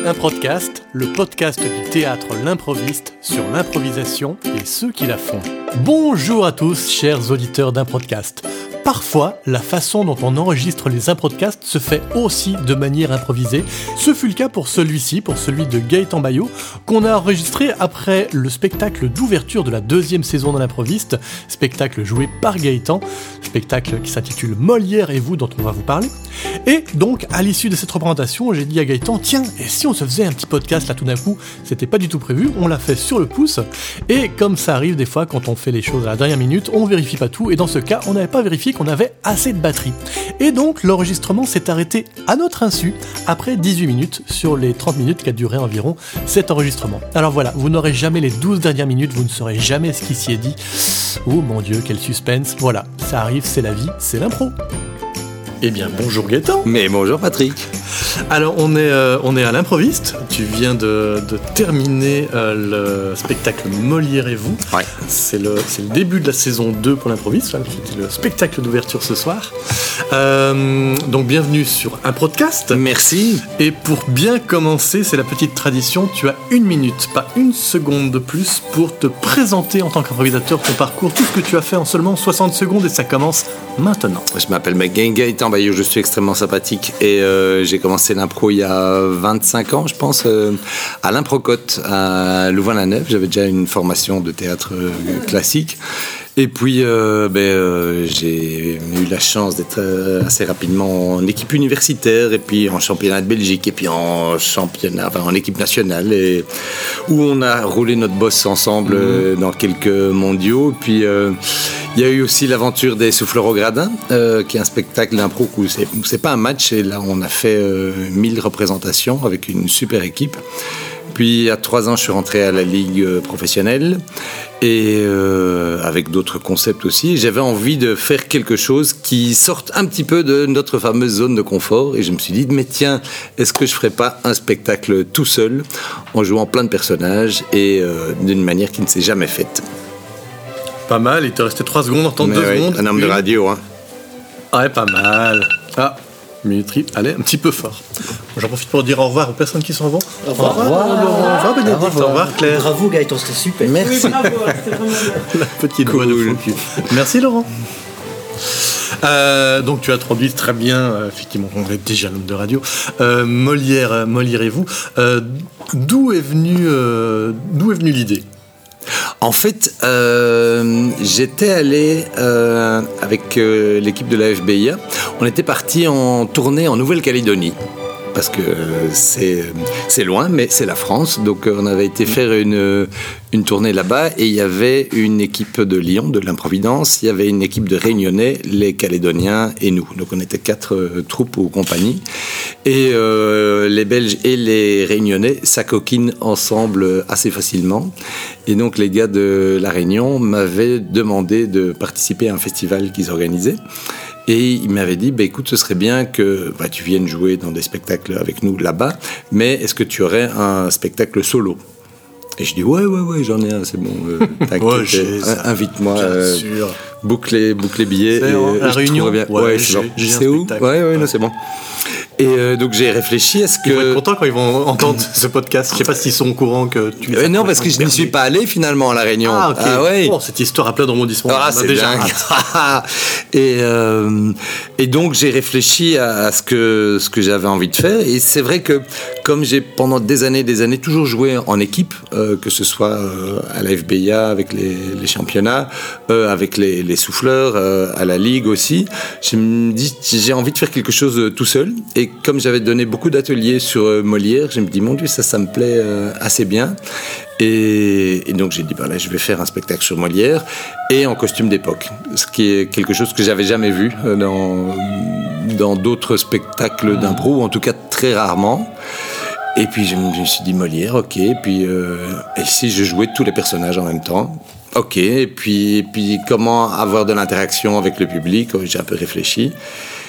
Improdcast, le podcast du théâtre L'Improviste sur l'improvisation et ceux qui la font. Bonjour à tous, chers auditeurs d'Improdcast. Parfois, la façon dont on enregistre les improdcasts se fait aussi de manière improvisée. Ce fut le cas pour celui-ci, pour celui de Gaëtan Bayot, qu'on a enregistré après le spectacle d'ouverture de la 2e saison de l'Improviste, spectacle joué par Gaëtan, spectacle qui s'intitule Molière et vous, dont on va vous parler. Et donc, à l'issue de cette représentation, j'ai dit à Gaëtan, tiens, et si on se faisait un petit podcast là tout d'un coup, c'était pas du tout prévu, on l'a fait sur le pouce, et comme ça arrive des fois quand on fait les choses à la dernière minute, on vérifie pas tout, et dans ce cas, on n'avait pas vérifié qu'on avait assez de batterie. Et donc, l'enregistrement s'est arrêté à notre insu, après 18 minutes, sur les 30 minutes qu'a duré environ cet enregistrement. Alors voilà, vous n'aurez jamais les 12 dernières minutes, vous ne saurez jamais ce qui s'y est dit. Oh mon Dieu, quel suspense. Voilà, ça arrive, c'est la vie, c'est l'impro. Eh bien, bonjour Gaëtan. Mais bonjour Patrick. Alors, on est à l'Improviste. Tu viens de terminer le spectacle Molière et vous. Ouais. C'est le début de la saison 2 pour l'Improviste. C'était le spectacle d'ouverture ce soir. Donc, bienvenue sur un podcast. Merci. Et pour bien commencer, c'est la petite tradition. Tu as 1 minute, pas 1 seconde de plus, pour te présenter en tant qu'improvisateur, ton parcours, tout ce que tu as fait en seulement 60 secondes. Et ça commence maintenant. Je m'appelle Gaëtan Bayot, je suis extrêmement sympathique et j'ai commencé l'impro il y a 25 ans, je pense, à l'Improcote à Louvain-la-Neuve. J'avais déjà une formation de théâtre classique. Et puis, j'ai eu la chance d'être assez rapidement en équipe universitaire, et puis en championnat de Belgique, et puis en équipe nationale, et où on a roulé notre bosse ensemble dans quelques mondiaux. Et puis, il y a eu aussi l'aventure des Souffleurs au Gradin, qui est un spectacle d'impro où c'est pas un match, et là on a fait 1000 représentations avec une super équipe. Puis à 3 ans, je suis rentré à la Ligue professionnelle et avec d'autres concepts aussi. J'avais envie de faire quelque chose qui sorte un petit peu de notre fameuse zone de confort. Et je me suis dit, mais tiens, est-ce que je ferais pas un spectacle tout seul en jouant plein de personnages et d'une manière qui ne s'est jamais faite. Pas mal, il te restait 3 secondes, en temps de 2 secondes. Un homme de radio, hein. Ouais, pas mal. Ah, minuterie, allez, un petit peu fort. J'en profite pour dire au revoir aux personnes qui s'en vont. Au revoir Laurent, au revoir Bénédicte, au revoir Claire. Bravo Gaëtan, c'était super. Merci. Oui, bravo, c'était vraiment bien. La petite voix de faux cul. Merci Laurent. Donc tu as traduit très bien, effectivement, on est déjà l'homme de radio. Molière et vous. D'où est venue l'idée ? En fait, j'étais allé avec l'équipe de la FBIA. On était parti en tournée en Nouvelle-Calédonie. Parce que c'est loin, mais c'est la France. Donc on avait été faire une tournée là-bas et il y avait une équipe de Lyon, de l'Improvidence. Il y avait une équipe de Réunionnais, les Calédoniens et nous. Donc on était 4 troupes ou compagnies. Et les Belges et les Réunionnais s'acoquinent ensemble assez facilement. Et donc les gars de La Réunion m'avaient demandé de participer à un festival qu'ils organisaient. Et il m'avait dit, écoute, ce serait bien que tu viennes jouer dans des spectacles avec nous là-bas, mais est-ce que tu aurais un spectacle solo ? Et je dis, ouais, j'en ai un, c'est bon, t'inquiète, invite-moi, boucle les billets. C'est la Réunion ? Ouais, c'est où ? Ouais, non, c'est bon. Et donc j'ai réfléchi, est-ce que... Ils vont être contents quand ils vont entendre ce podcast. Je sais pas s'ils sont au courant que tu... non, parce que je n'y suis pas allé finalement à La Réunion. Ah, ok. Ah, ouais. Bon, cette histoire a plein de rebondissements. Ah, c'est déjà et donc j'ai réfléchi à ce que j'avais envie de faire. Et c'est vrai que comme j'ai pendant des années toujours joué en équipe, que ce soit à la FBIA avec les championnats, avec les souffleurs, à la Ligue aussi, je me dis j'ai envie de faire quelque chose tout seul. Et comme j'avais donné beaucoup d'ateliers sur Molière, je me dis mon Dieu, ça me plaît assez bien. Et donc j'ai dit là je vais faire un spectacle sur Molière et en costume d'époque, ce qui est quelque chose que j'avais jamais vu dans d'autres spectacles d'impro, ou en tout cas très rarement. Et puis je me suis dit Molière, ok, et puis et si je jouais tous les personnages en même temps, ok, et puis comment avoir de l'interaction avec le public, j'ai un peu réfléchi.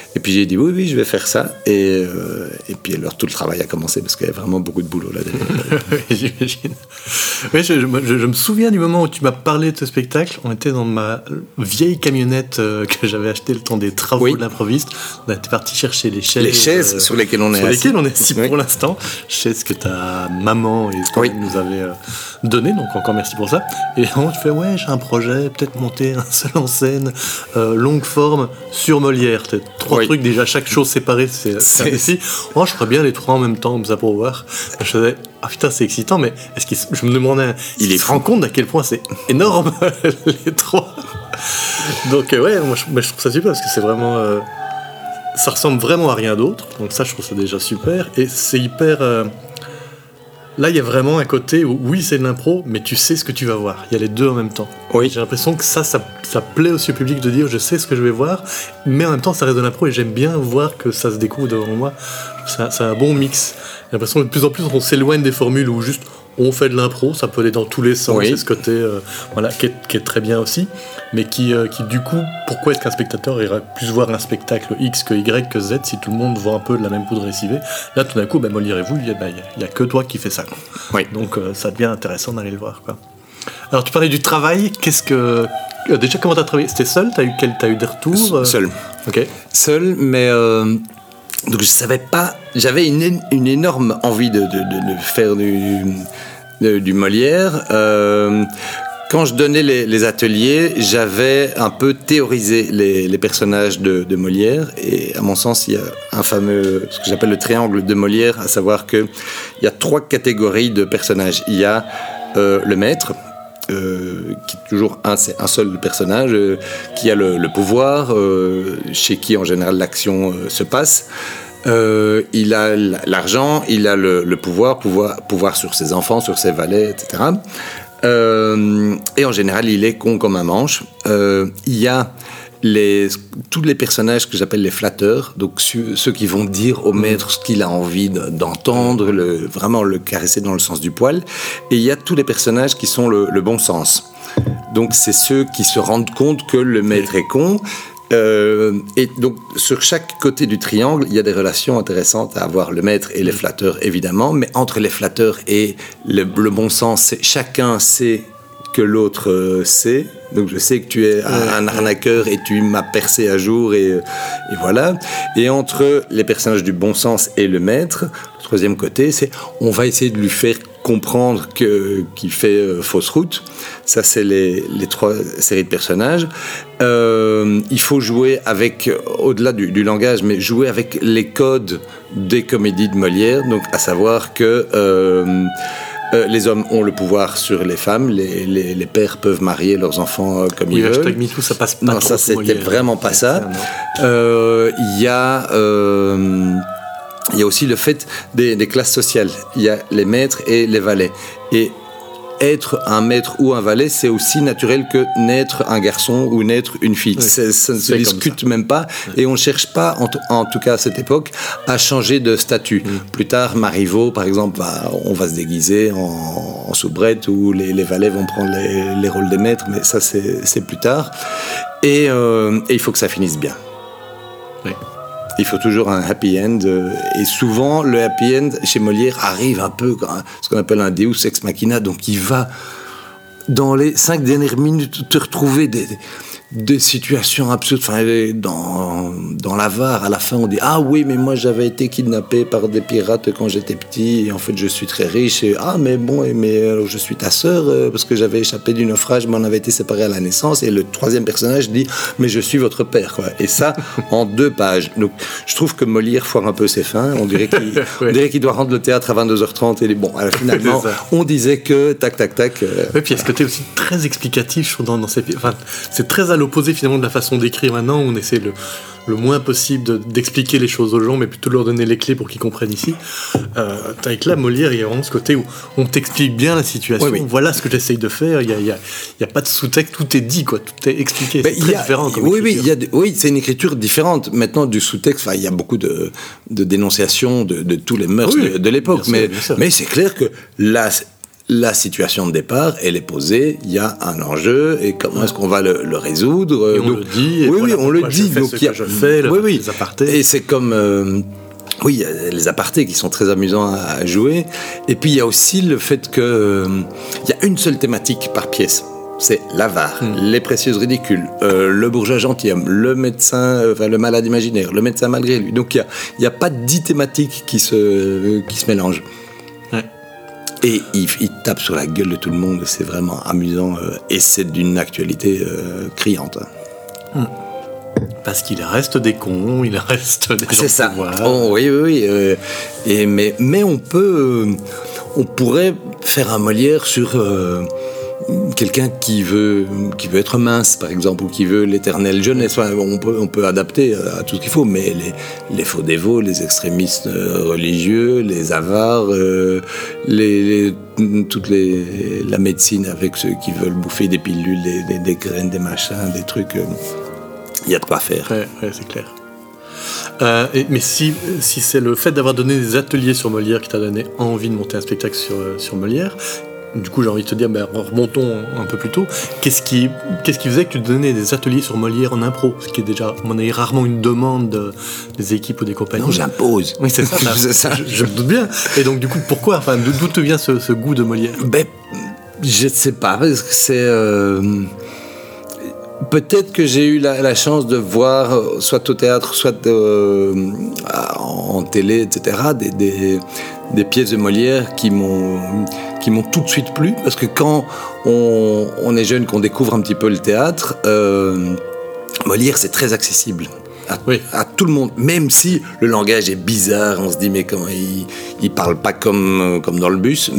Et puis j'ai dit oui, je vais faire ça. Et puis alors tout le travail a commencé parce qu'il y a vraiment beaucoup de boulot là derrière. J'imagine. Oui, je me souviens du moment où tu m'as parlé de ce spectacle. On était dans ma vieille camionnette que j'avais achetée le temps des travaux de l'improviste. On était parti chercher les chaises. Les chaises sur lesquelles on est assis. Sur lesquelles on est assis pour l'instant. Chaises que ta maman et ce qu'elle nous avait donné. Donc encore merci pour ça. Et on te fait j'ai un projet, peut-être monter un seul en scène, longue forme sur Molière. Peut-être 3 trucs déjà, chaque chose séparée. C'est ici. Je ferais bien les 3 en même temps comme ça pour voir. Je faisais putain c'est excitant, mais je me demandais il se rend compte à quel point c'est énorme les 3. Donc moi je trouve ça super parce que c'est vraiment ça ressemble vraiment à rien d'autre, donc ça je trouve ça déjà super et c'est hyper là il y a vraiment un côté où oui c'est de l'impro mais tu sais ce que tu vas voir, il y a les deux en même temps. J'ai l'impression que ça plaît aussi au public de dire je sais ce que je vais voir mais en même temps ça reste de l'impro et j'aime bien voir que ça se découvre devant moi. C'est un bon mix. J'ai l'impression que de plus en plus on s'éloigne des formules où juste on fait de l'impro, ça peut aller dans tous les sens, c'est ce côté qui est très bien aussi, mais qui du coup, pourquoi est-ce qu'un spectateur ira plus voir un spectacle X que Y que Z si tout le monde voit un peu de la même poudre récivée? Là tout d'un coup, Molière et vous, il y a que toi qui fais ça. Donc ça devient intéressant d'aller le voir. Alors tu parlais du travail, déjà comment t'as travaillé? C'était seul? T'as eu des retours? Seul. Ok. Seul, mais donc je savais pas. J'avais une énorme envie de faire du Molière. Quand je donnais les ateliers, j'avais un peu théorisé les personnages de Molière. Et à mon sens, il y a ce que j'appelle le triangle de Molière, à savoir qu'il y a 3 catégories de personnages. Il y a le maître, qui est toujours un seul personnage, qui a le pouvoir, chez qui en général l'action se passe. Il a l'argent, il a le pouvoir sur ses enfants, sur ses valets, etc. Et en général, il est con comme un manche. Il y a tous les personnages que j'appelle les flatteurs, donc ceux qui vont dire au maître ce qu'il a envie d'entendre, vraiment le caresser dans le sens du poil. Et il y a tous les personnages qui sont le bon sens. Donc c'est ceux qui se rendent compte que le maître est con. Et donc sur chaque côté du triangle, il y a des relations intéressantes à avoir, le maître et les flatteurs évidemment, mais entre les flatteurs et le bon sens, chacun sait que l'autre sait. Donc je sais que tu es un arnaqueur et tu m'as percé à jour et voilà. Et entre les personnages du bon sens et le maître, le troisième côté, c'est on va essayer de lui faire comprendre qu'il fait fausse route. Ça, c'est les 3 séries de personnages. Il faut jouer avec, au-delà du langage, mais jouer avec les codes des comédies de Molière. Donc, à savoir que les hommes ont le pouvoir sur les femmes, les pères peuvent marier leurs enfants comme ils veulent. MeToo, ça passe pas. Non, ça c'était Molière, vraiment pas ça. Il y a aussi le fait des classes sociales. Il y a les maîtres et les valets. Et être un maître ou un valet, c'est aussi naturel que naître un garçon ou naître une fille. Ça ne se discute même pas. Et on ne cherche pas, en tout cas à cette époque, à changer de statut. Plus tard, Marivaux, par exemple, on va se déguiser en soubrette, ou les valets vont prendre les rôles des maîtres, mais ça, c'est plus tard. Et il faut que ça finisse bien. Oui. Il faut toujours un happy end, et souvent le happy end chez Molière arrive un peu ce qu'on appelle un deus ex machina, donc il va dans les 5 dernières minutes te retrouver des situations absurdes. Enfin, dans l'Avare, à la fin, on dit « Ah oui, mais moi, j'avais été kidnappé par des pirates quand j'étais petit, et en fait, je suis très riche. Et, ah, mais bon, alors, je suis ta sœur, parce que j'avais échappé du naufrage, mais on avait été séparés à la naissance. » Et le troisième personnage dit « Mais je suis votre père. » quoi. Et ça, en 2 pages. Donc, je trouve que Molière foire un peu ses fins. On dirait qu'il doit rendre le théâtre à 22h30. Et bon, alors, finalement, on disait que tac, tac, tac. Oui, puis il y a ce côté aussi très explicatif, je trouve, dans ces... Enfin, c'est très à l'opposé finalement de la façon d'écrire maintenant, où on essaie le moins possible d'expliquer les choses aux gens, mais plutôt de leur donner les clés pour qu'ils comprennent ici. Avec là, Molière, il y a vraiment ce côté où on t'explique bien la situation, voilà ce que j'essaye de faire, il y a pas de sous-texte, tout est dit, quoi, tout est expliqué, c'est très différent comme écriture. Oui, c'est une écriture différente. Maintenant, du sous-texte, il y a beaucoup de dénonciations de tous les mœurs de l'époque, mais c'est clair que là, la situation de départ, elle est posée, il y a un enjeu, et comment est-ce qu'on va le résoudre. Et on le dit. Et oui, voilà, on le dit. Donc, je fais les apartés. Et c'est comme... oui, il y a les apartés qui sont très amusants à jouer. Et puis, il y a aussi le fait que il y a une seule thématique par pièce. C'est l'avare, les précieuses ridicules, le bourgeois gentilhomme, le médecin, le malade imaginaire, le médecin malgré lui. Donc, il n'y a pas 10 thématiques qui se mélangent. Ouais. Et il tape sur la gueule de tout le monde, c'est vraiment amusant, et c'est d'une actualité criante. Parce qu'il reste des cons, il reste des gens. C'est ça. Oh, oui. Mais on pourrait faire un Molière sur quelqu'un qui veut être mince, par exemple, ou qui veut l'éternelle jeunesse. On peut adapter à tout ce qu'il faut, mais les faux dévots, les extrémistes religieux, les avares, la médecine avec ceux qui veulent bouffer des pilules, des graines, des machins, des trucs. Il y a de quoi faire. Ouais, c'est clair. Mais si c'est le fait d'avoir donné des ateliers sur Molière qui t'a donné envie de monter un spectacle sur Molière, du coup j'ai envie de te dire, remontons un peu plus tôt. Qu'est-ce qui faisait que tu donnais des ateliers sur Molière en impro, ce qui est déjà, on a rarement une demande des équipes ou des compagnies. Non, j'impose. Oui, c'est ça. C'est ça. Je me doute bien. Et donc du coup, pourquoi, d'où te vient ce goût de Molière? Je ne sais pas, parce que c'est... Peut-être que j'ai eu la chance de voir, soit au théâtre, soit en télé, etc., des pièces de Molière qui m'ont tout de suite plu, parce que quand on est jeune, qu'on découvre un petit peu le théâtre, Molière, c'est très accessible. À tout le monde, même si le langage est bizarre, on se dit mais comment il parle pas comme dans le bus,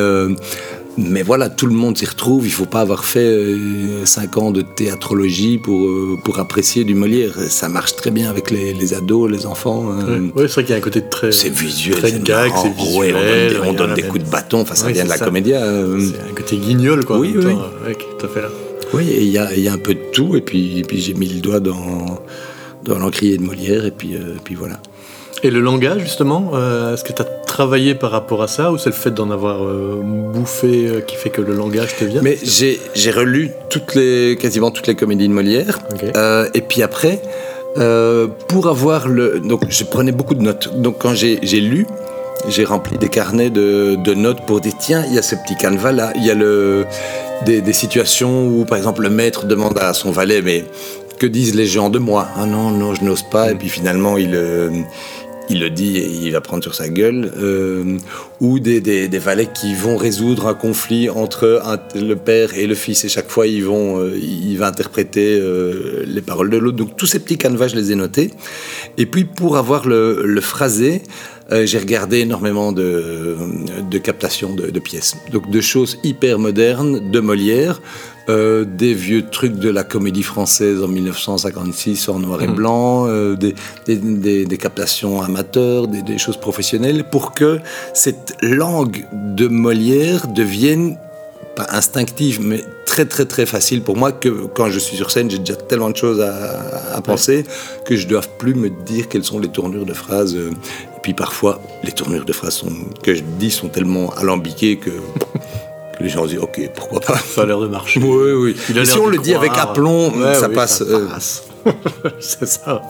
mais voilà, tout le monde s'y retrouve. Il faut pas avoir fait 5 ans de théatrologie pour apprécier du Molière. Ça marche très bien avec les ados, les enfants. Oui, c'est vrai qu'il y a un côté c'est visuel, très gag, c'est visuel. Ouais, on donne des coups de bâton. Enfin, ça vient de la comédia. C'est un côté guignol, quoi. Oui. Tout à fait là. Oui, et il y a un peu de tout. Et puis j'ai mis le doigt dans l'encrier de Molière. Et puis voilà. Et le langage, justement, est-ce que tu as travaillé par rapport à ça, ou c'est le fait d'en avoir bouffé qui fait que le langage te vient? Mais j'ai relu quasiment toutes les comédies de Molière. Okay. Et puis après, pour avoir donc je prenais beaucoup de notes. Donc quand j'ai lu, j'ai rempli des carnets de notes pour dire tiens, il y a ce petit canevas là, il y a des situations où par exemple le maître demande à son valet mais que disent les gens de moi? Ah non, je n'ose pas. Et puis finalement il le dit et il va prendre sur sa gueule, ou des valets qui vont résoudre un conflit entre le père et le fils, et chaque fois il va interpréter les paroles de l'autre. Donc tous ces petits canevas, je les ai notés. Et puis pour avoir le phrasé, j'ai regardé énormément de captations de pièces, donc de choses hyper modernes de Molière, des vieux trucs de la comédie française en 1956 en noir et blanc, des captations amateurs, des choses professionnelles, pour que cette langue de Molière devienne pas instinctive, mais très très très facile pour moi, que quand je suis sur scène, j'ai déjà tellement de choses à penser que je ne dois plus me dire quelles sont les tournures de phrases. Et puis parfois, les tournures de phrases que je dis sont tellement alambiquées que les gens disent ok, pourquoi pas. Ça a l'air de marcher. Oui. Et si on le dit avec aplomb, ça passe. C'est ça.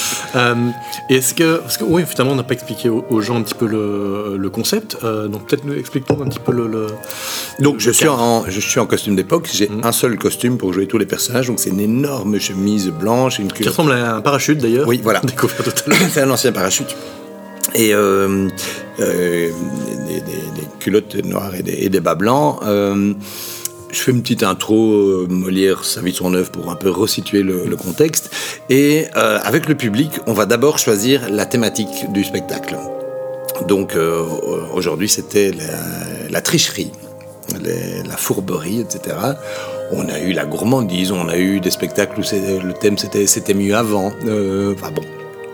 Et parce que oui, finalement, on n'a pas expliqué aux gens un petit peu le concept. Donc peut-être explique-nous un petit peu le. Donc je suis en costume d'époque. J'ai un seul costume pour jouer tous les personnages. Donc c'est une énorme chemise blanche, une qui ressemble à un parachute d'ailleurs. Oui, voilà. Découvert tout à l'heure. C'est un ancien parachute. Et des culottes noires et des bas blancs. Je fais une petite intro, Molière, sa vie de son œuvre, pour un peu resituer le contexte. Et avec le public, on va d'abord choisir la thématique du spectacle. Donc aujourd'hui, c'était la tricherie, la fourberie, etc. On a eu la gourmandise, on a eu des spectacles où le thème c'était mieux avant. Enfin bon.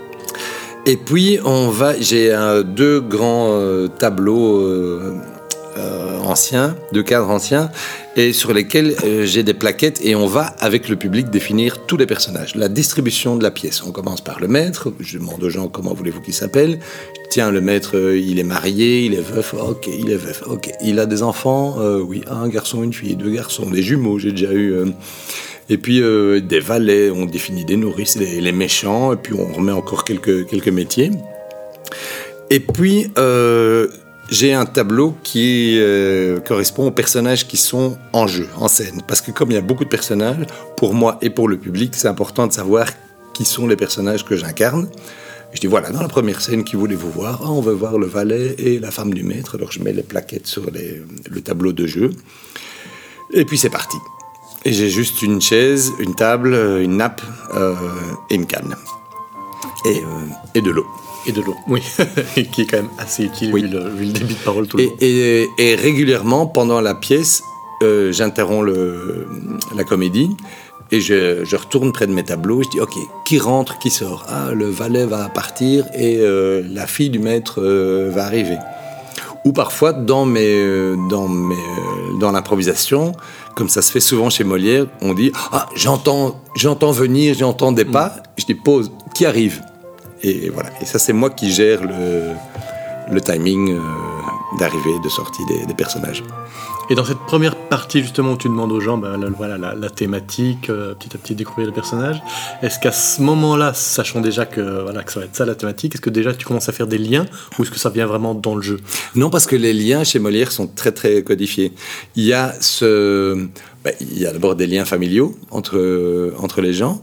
Et puis j'ai 2 grands tableaux anciens, 2 cadres anciens, et sur lesquels j'ai des plaquettes, et on va, avec le public, définir tous les personnages. La distribution de la pièce. On commence par le maître. Je demande aux gens comment voulez-vous qu'il s'appelle. Tiens, le maître, il est marié, il est veuf. Ok, il est veuf. Ok, il a des enfants. Oui, un garçon, une fille, 2 garçons, des jumeaux, j'ai déjà eu. Et puis des valets, on définit des nourrices, les méchants, et puis on remet encore quelques métiers. Et puis, j'ai un tableau qui correspond aux personnages qui sont en jeu, en scène. Parce que comme il y a beaucoup de personnages, pour moi et pour le public, c'est important de savoir qui sont les personnages que j'incarne. Je dis, voilà, dans la première scène, qui voulez-vous voir ? On veut voir le valet et la femme du maître. Alors je mets les plaquettes sur le tableau de jeu. Et puis c'est parti. Et j'ai juste une chaise, une table, une nappe et une canne. Et de l'eau. Et de l'eau, oui, qui est quand même assez utile vu le débit de parole tout le long. Et régulièrement, pendant la pièce, j'interromps la comédie et je retourne près de mes tableaux. Je dis, ok, qui rentre, qui sort ? Ah, le valet va partir et la fille du maître va arriver. Ou parfois, dans l'improvisation, comme ça se fait souvent chez Molière, on dit, ah, j'entends venir, j'entends des pas. Je dis, pause, qui arrive ? Et voilà. Et ça, c'est moi qui gère le timing d'arrivée et de sortie des personnages. Et dans cette première partie, justement, où tu demandes aux gens la thématique, petit à petit découvrir le personnage, est-ce qu'à ce moment-là, sachant déjà que ça va être ça la thématique, est-ce que déjà tu commences à faire des liens ou est-ce que ça vient vraiment dans le jeu ? Non, parce que les liens chez Molière sont très, très codifiés. Il y a d'abord des liens familiaux entre les gens.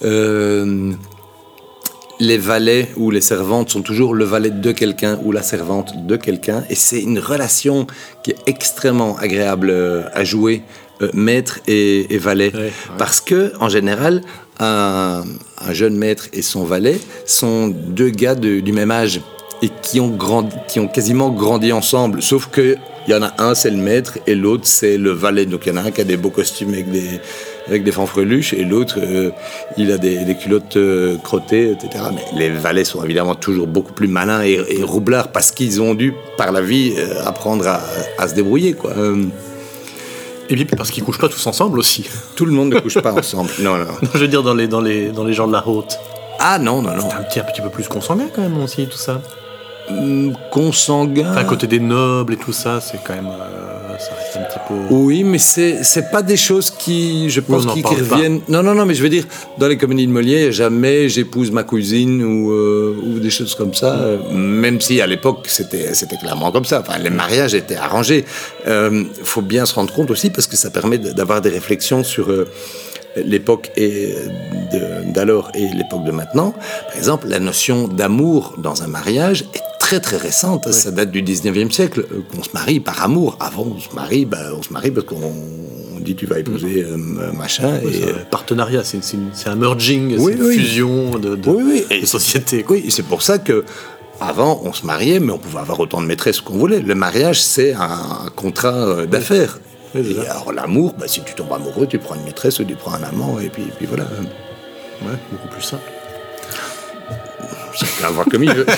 Les valets ou les servantes sont toujours le valet de quelqu'un ou la servante de quelqu'un. Et c'est une relation qui est extrêmement agréable à jouer, maître et valet. Ouais. Parce que, en général, un jeune maître et son valet sont 2 gars du même âge et qui ont quasiment grandi ensemble. Sauf que il y en a un, c'est le maître, et l'autre, c'est le valet. Donc il y en a un qui a des beaux costumes avec des fanfreluches, et l'autre, il a des culottes crottées, etc. Mais les valets sont évidemment toujours beaucoup plus malins et roublards parce qu'ils ont dû, par la vie, apprendre à se débrouiller, quoi. Et puis parce qu'ils couchent pas tous ensemble aussi. Tout le monde ne couche pas ensemble. Non. Je veux dire dans les gens de la haute. Ah non. C'est un petit peu plus consanguin quand même aussi, tout ça. Consanguin. Enfin, à côté des nobles et tout ça, c'est quand même ça reste un petit peu. Oui, mais c'est pas des choses qui, je pense, qui reviennent. Pas. Non, mais je veux dire, dans les comédies de Molière, jamais j'épouse ma cousine ou des choses comme ça. Même si à l'époque c'était clairement comme ça. Enfin, les mariages étaient arrangés. Faut bien se rendre compte aussi parce que ça permet d'avoir des réflexions sur l'époque d'alors et l'époque de maintenant. Par exemple, la notion d'amour dans un mariage est très très récente. Oui. Ça date du 19e siècle qu'on se marie par amour. Avant, on se marie parce qu'on dit tu vas épouser machin. Oui, et partenariat, c'est un merging, c'est une fusion de sociétés. Oui, et c'est pour ça que avant, on se mariait, mais on pouvait avoir autant de maîtresses qu'on voulait. Le mariage, c'est un contrat d'affaires. Oui, et alors l'amour, si tu tombes amoureux, tu prends une maîtresse ou tu prends un amant, et puis voilà. Ouais, beaucoup plus simple. Chacun voit comme il veut.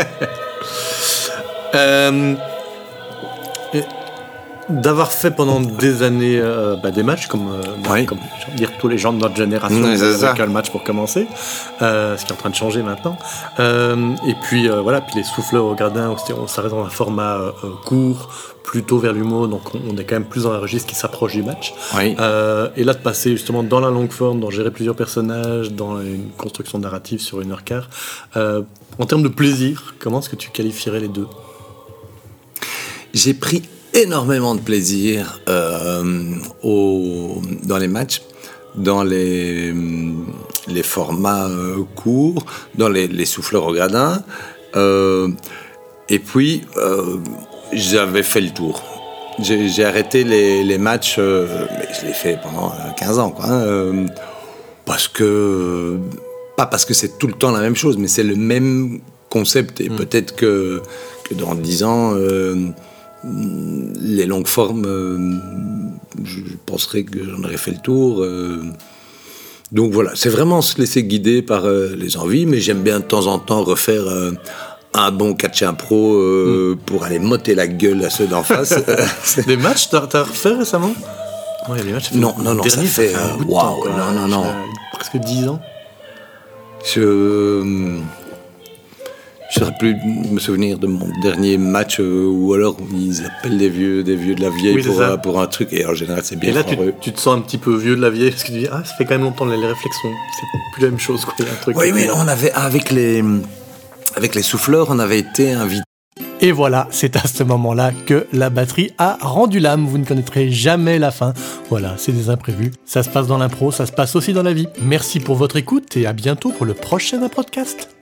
D'avoir fait pendant des années des matchs comme je veux dire tous les gens de notre génération avec le match pour commencer, ce qui est en train de changer maintenant, et puis puis les souffleurs au gradin, on s'arrête dans un format court, plutôt vers l'humour, donc on est quand même plus dans un registre qui s'approche du match. Et là de passer justement dans la longue forme, dans gérer plusieurs personnages, dans une construction narrative sur 1h15, en termes de plaisir, comment est-ce que tu qualifierais les deux ? J'ai pris énormément de plaisir dans les matchs, dans les formats courts, dans les souffleurs au gradin. Et puis, j'avais fait le tour. J'ai arrêté les matchs, mais je l'ai fait pendant 15 ans, quoi. Parce que, pas parce que c'est tout le temps la même chose, mais c'est le même concept. Et peut-être que dans 10 ans... les longues formes, je penserais que j'en aurais fait le tour. Donc voilà, c'est vraiment se laisser guider par les envies, mais j'aime bien de temps en temps refaire un bon catch impro pour aller motter la gueule à ceux d'en face. Des matchs, t'as refait récément? Ouais, les matchs. Non, ça fait un bout de waouh, temps, quoi. non. Presque 10 ans. Je ne saurais plus me souvenir de mon dernier match ou alors ils appellent des vieux de la vieille pour un truc et en général c'est bien. Et là tu te sens un petit peu vieux de la vieille parce que tu dis ça fait quand même longtemps les réflexions, c'est plus la même chose quoi. Un truc oui, on avait avec les souffleurs on avait été invités. Et voilà, c'est à ce moment-là que la batterie a rendu l'âme. Vous ne connaîtrez jamais la fin. Voilà, c'est des imprévus. Ça se passe dans l'impro, ça se passe aussi dans la vie. Merci pour votre écoute et à bientôt pour le prochain podcast.